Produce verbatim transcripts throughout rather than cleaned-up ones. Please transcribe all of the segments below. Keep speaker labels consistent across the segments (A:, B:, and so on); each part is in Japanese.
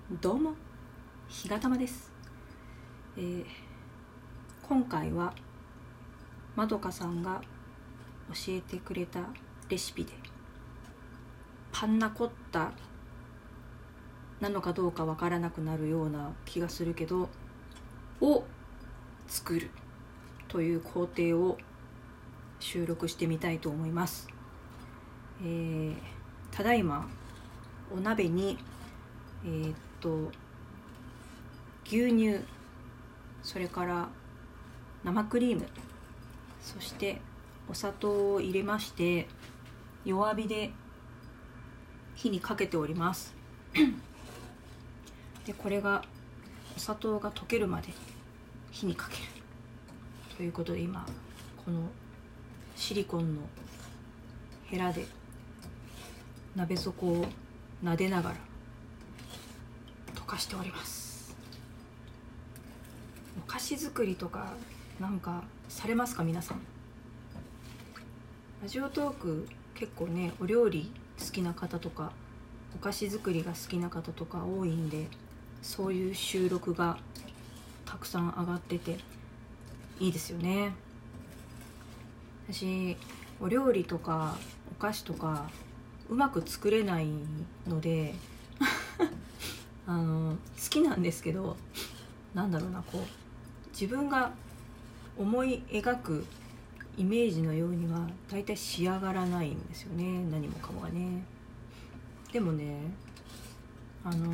A: どうもひがたまです、えー、今回はまどかさんが教えてくれたレシピでパンナコッタなのかどうかわからなくなるような気がするけどを作るという工程を収録してみたいと思います。えー、ただいまお鍋にえー、っと牛乳、それから生クリーム、そしてお砂糖を入れまして弱火で火にかけておりますでこれがお砂糖が溶けるまで火にかけるということで、今このシリコンのヘラで鍋底を撫でながら溶かしております。お菓子作りとかなんかされますか皆さん？ラジオトーク結構ね、お料理好きな方とかお菓子作りが好きな方とか多いんで、そういう収録がたくさん上がってていいですよね。私お料理とかお菓子とかうまく作れないのであの好きなんですけど、なんだろうな、こう自分が思い描くイメージのようには大体仕上がらないんですよね、何もかもがね。でもね、あの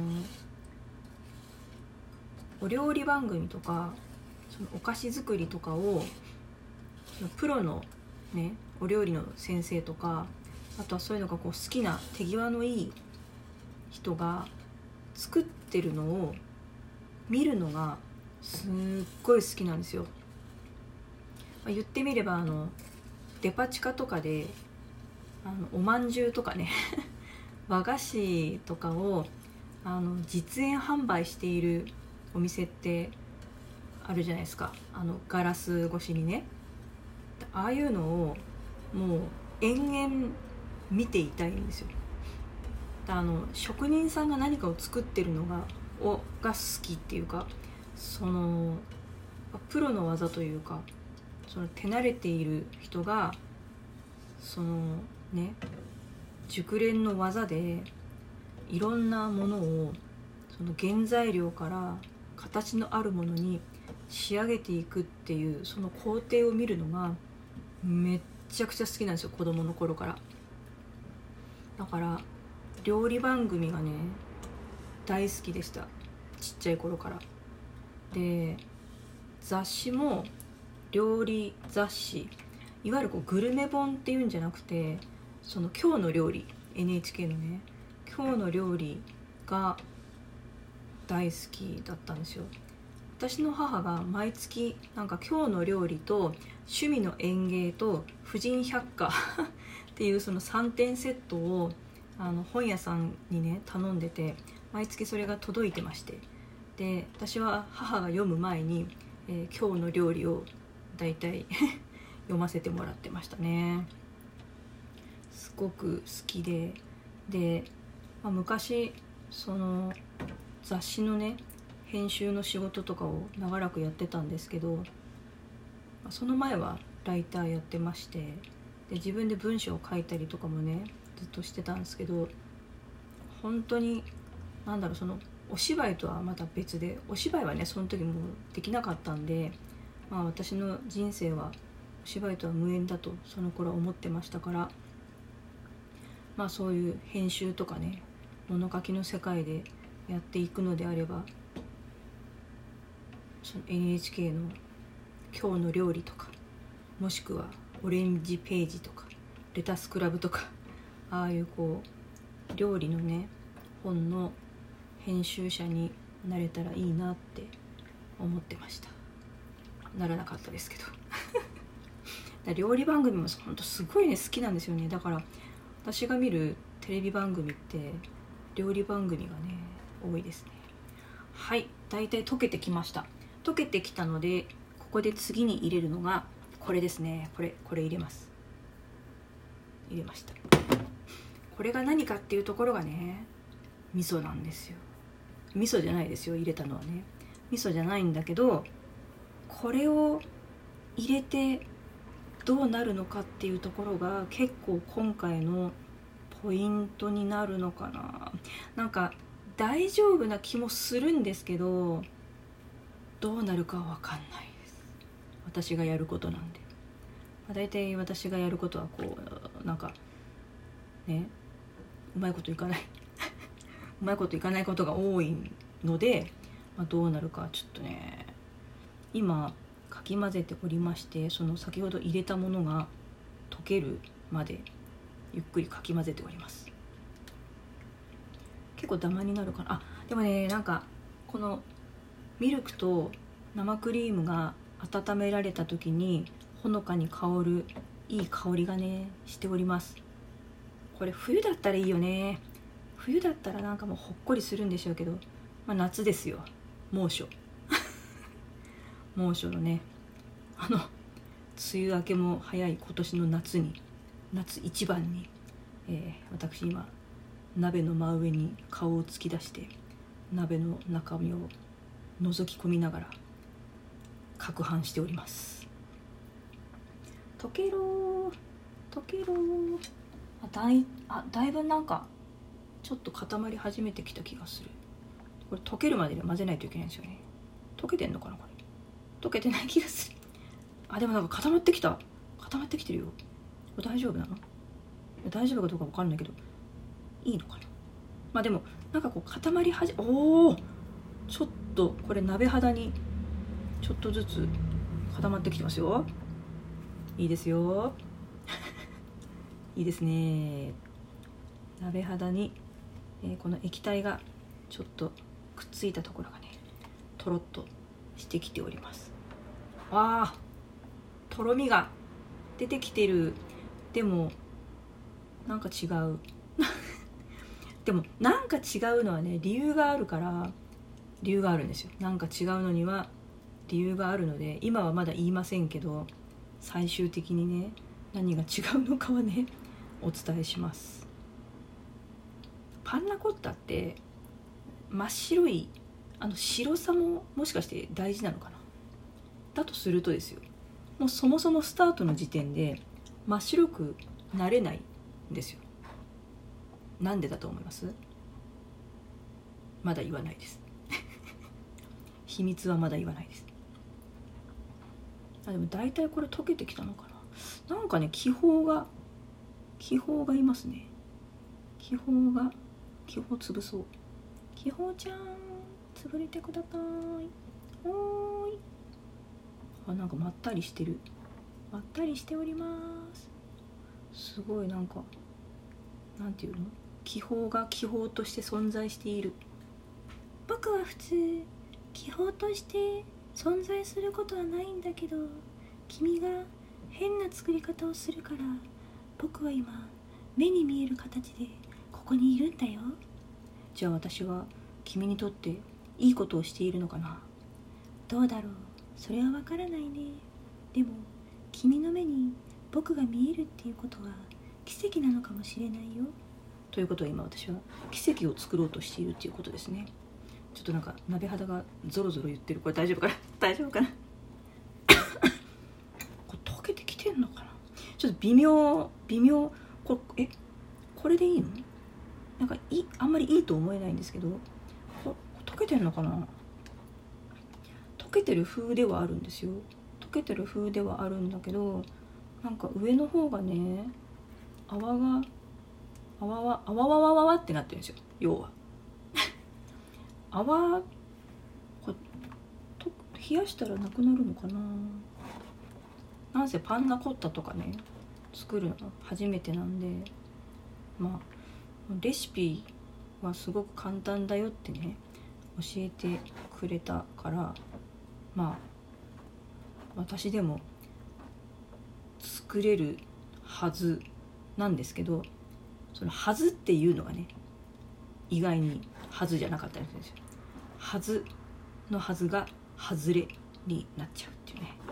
A: お料理番組とかそのお菓子作りとかをそのプロのねお料理の先生とか、あとはそういうのがこう好きな手際のいい人が作ってるのを見るのがすっごい好きなんですよ。まあ、言ってみればあのデパ地下とかであのおまんじゅうとかね和菓子とかをあの実演販売しているお店ってあるじゃないですか。あのガラス越しにね、ああいうのをもう延々見ていたいんですよ。あの職人さんが何かを作ってるのがをが好きっていうか、そのプロの技というか、その手慣れている人がそのね熟練の技でいろんなものをその原材料から形のあるものに仕上げていくっていう、その工程を見るのがめっちゃくちゃ好きなんですよ、子供の頃から。だから料理番組がね大好きでした、ちっちゃい頃から。で雑誌も料理雑誌、いわゆるこうグルメ本っていうんじゃなくて、その今日の料理、 エヌエイチケー のね今日の料理が大好きだったんですよ。私の母が毎月なんか今日の料理と趣味の園芸と婦人百科っていうそのさんてんセットをあの本屋さんにね頼んでて、毎月それが届いてまして、で私は母が読む前に、えー、今日の料理をだいたい読ませてもらってましたね。すごく好きで、で、まあ、昔その雑誌のね編集の仕事とかを長らくやってたんですけど、その前はライターやってまして、で自分で文章を書いたりとかもねずっとしてたんですけど、本当になんだろう、そのお芝居とはまた別で、お芝居はねその時もできなかったんで、まあ、私の人生はお芝居とは無縁だとその頃は思ってましたから、まあそういう編集とかね物書きの世界でやっていくのであれば、その エヌエイチケー の今日の料理とか、もしくはオレンジページとかレタスクラブとか、ああいうこう料理のね本の編集者になれたらいいなって思ってました。ならなかったですけどだ料理番組も本当すごいね好きなんですよね。だから私が見るテレビ番組って料理番組がね多いですね。はい、だいたい溶けてきました。溶けてきたので、ここで次に入れるのがこれですね。これこれ入れます入れました。これが何かっていうところがね味噌なんですよ。 味噌じゃないですよ、入れたのはね。味噌じゃないんだけど、これを入れてどうなるのかっていうところが結構今回のポイントになるのかな。なんか大丈夫な気もするんですけど、どうなるかは分かんないです。私がやることなんで、まあ、大体私がやることはこうなんかね、うまいこといかないうまいこといかないことが多いので、まあ、どうなるかちょっとね、今かき混ぜておりまして、その先ほど入れたものが溶けるまでゆっくりかき混ぜております。結構ダマになるかな。あ、でもね、なんかこのミルクと生クリームが温められた時にほのかに香るいい香りがねしております。これ冬だったらいいよね。冬だったらなんかもうほっこりするんでしょうけど、まあ、夏ですよ、猛暑猛暑のね、あの梅雨明けも早い今年の夏に、夏一番に、えー、私今鍋の真上に顔を突き出して鍋の中身を覗き込みながら攪拌しております。溶けろー溶けろー。あだいあだいぶなんかちょっと固まり始めてきた気がする。これ溶けるまで混ぜないといけないんですよね。溶けてんのかなこれ。溶けてない気がする。あ、でもなんか固まってきた。固まってきてるよ。これ大丈夫なの？大丈夫かどうか分かんないけど、いいのかな。まあでもなんかこう固まりはじおお、ちょっとこれ鍋肌にちょっとずつ固まってきてますよ。いいですよいいですね。鍋肌に、えー、この液体がちょっとくっついたところがね、とろっとしてきております。わあ、とろみが出てきてる。でもなんか違うでもなんか違うのはね、理由があるから、理由があるんですよ。なんか違うのには理由があるので、今はまだ言いませんけど、最終的にね、何が違うのかはね、お伝えします。パンナコッタって真っ白い、あの白さももしかして大事なのかな。だとするとですよ、もうそもそもスタートの時点で真っ白くなれないんですよ。なんでだと思います？まだ言わないです秘密はまだ言わないです。あ、でも大体これ溶けてきたのかな。なんかね、気泡が気泡がいますね。気泡が気泡潰そう。気泡ちゃん潰れてください。おーい。あ、なんかまったりしてる。まったりしております。すごいなんかなんていうの、気泡が気泡として存在している。僕は普通気泡として存在することはないんだけど、君が変な作り方をするから僕は今目に見える形でここにいるんだよ。じゃあ私は君にとっていいことをしているのかな。どうだろう、それはわからないね。でも君の目に僕が見えるっていうことは奇跡なのかもしれないよ。ということは今私は奇跡を作ろうとしているっていうことですね。ちょっとなんか鍋肌がゾロゾロ言ってる。これ大丈夫かな大丈夫かなこれ溶けてきてんのかな。ちょっと微妙微妙。これえこれでいいの？なんかいあんまりいいと思えないんですけど、こ溶けてんのかな。溶けてる風ではあるんですよ。溶けてる風ではあるんだけど、なんか上の方がね、泡が泡は泡わわわわってなってるんですよ。要は泡これと冷やしたらなくなるのかな。なんせパンナコッタとかね作るの初めてなんで、まあレシピはすごく簡単だよってね教えてくれたから、まあ私でも作れるはずなんですけど、そのはずっていうのがね意外にはずじゃなかったりするんですよ。はずのはずが外れになっちゃうっていうね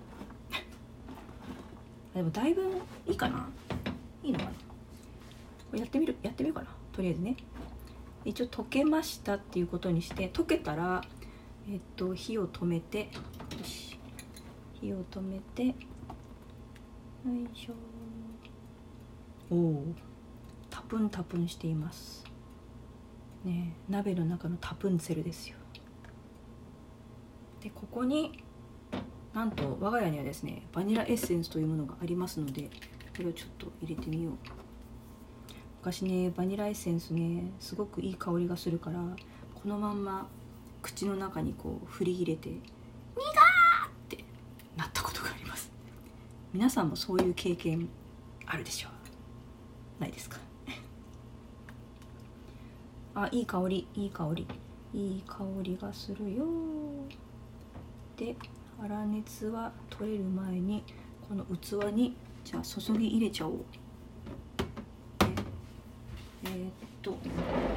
A: でもだいぶいいかな。いいのかな。これやってみるやってみようかな。とりあえずね一応溶けましたっていうことにして、溶けたら、えっと、火を止めて、よし、火を止めて、よいしょ。おお、タプンタプンしていますね。鍋の中のタプンツェルですよ。でここになんと我が家にはですね、バニラエッセンスというものがありますので、これをちょっと入れてみよう。昔ね、バニラエッセンスね、すごくいい香りがするから、このまんま口の中にこう振り入れて、苦ーってなったことがあります。皆さんもそういう経験あるでしょう、ないですか？あ、いい香り、いい香り、いい香りがするよ。で、粗熱は取れる前にこの器にじゃあ注ぎ入れちゃおう。えー、っとこ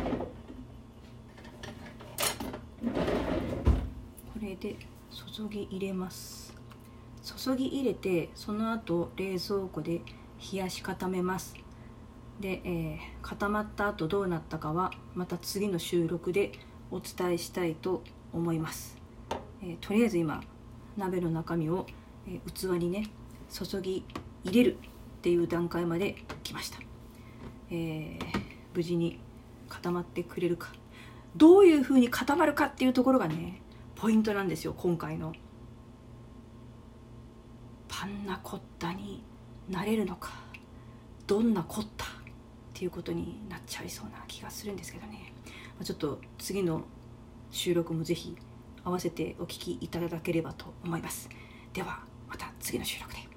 A: れで注ぎ入れます。注ぎ入れて、その後冷蔵庫で冷やし固めます。で、えー、固まった後どうなったかはまた次の収録でお伝えしたいと思います。えー、とりあえず今鍋の中身を、えー、器にね注ぎ入れるっていう段階まで来ました。えー、無事に固まってくれるか、どういう風に固まるかっていうところがねポイントなんですよ。今回のパンナコッタになれるのか、どんなコッタっていうことになっちゃいそうな気がするんですけどね。ちょっと次の収録もぜひ合わせてお聞きいただければと思います。ではまた次の収録で。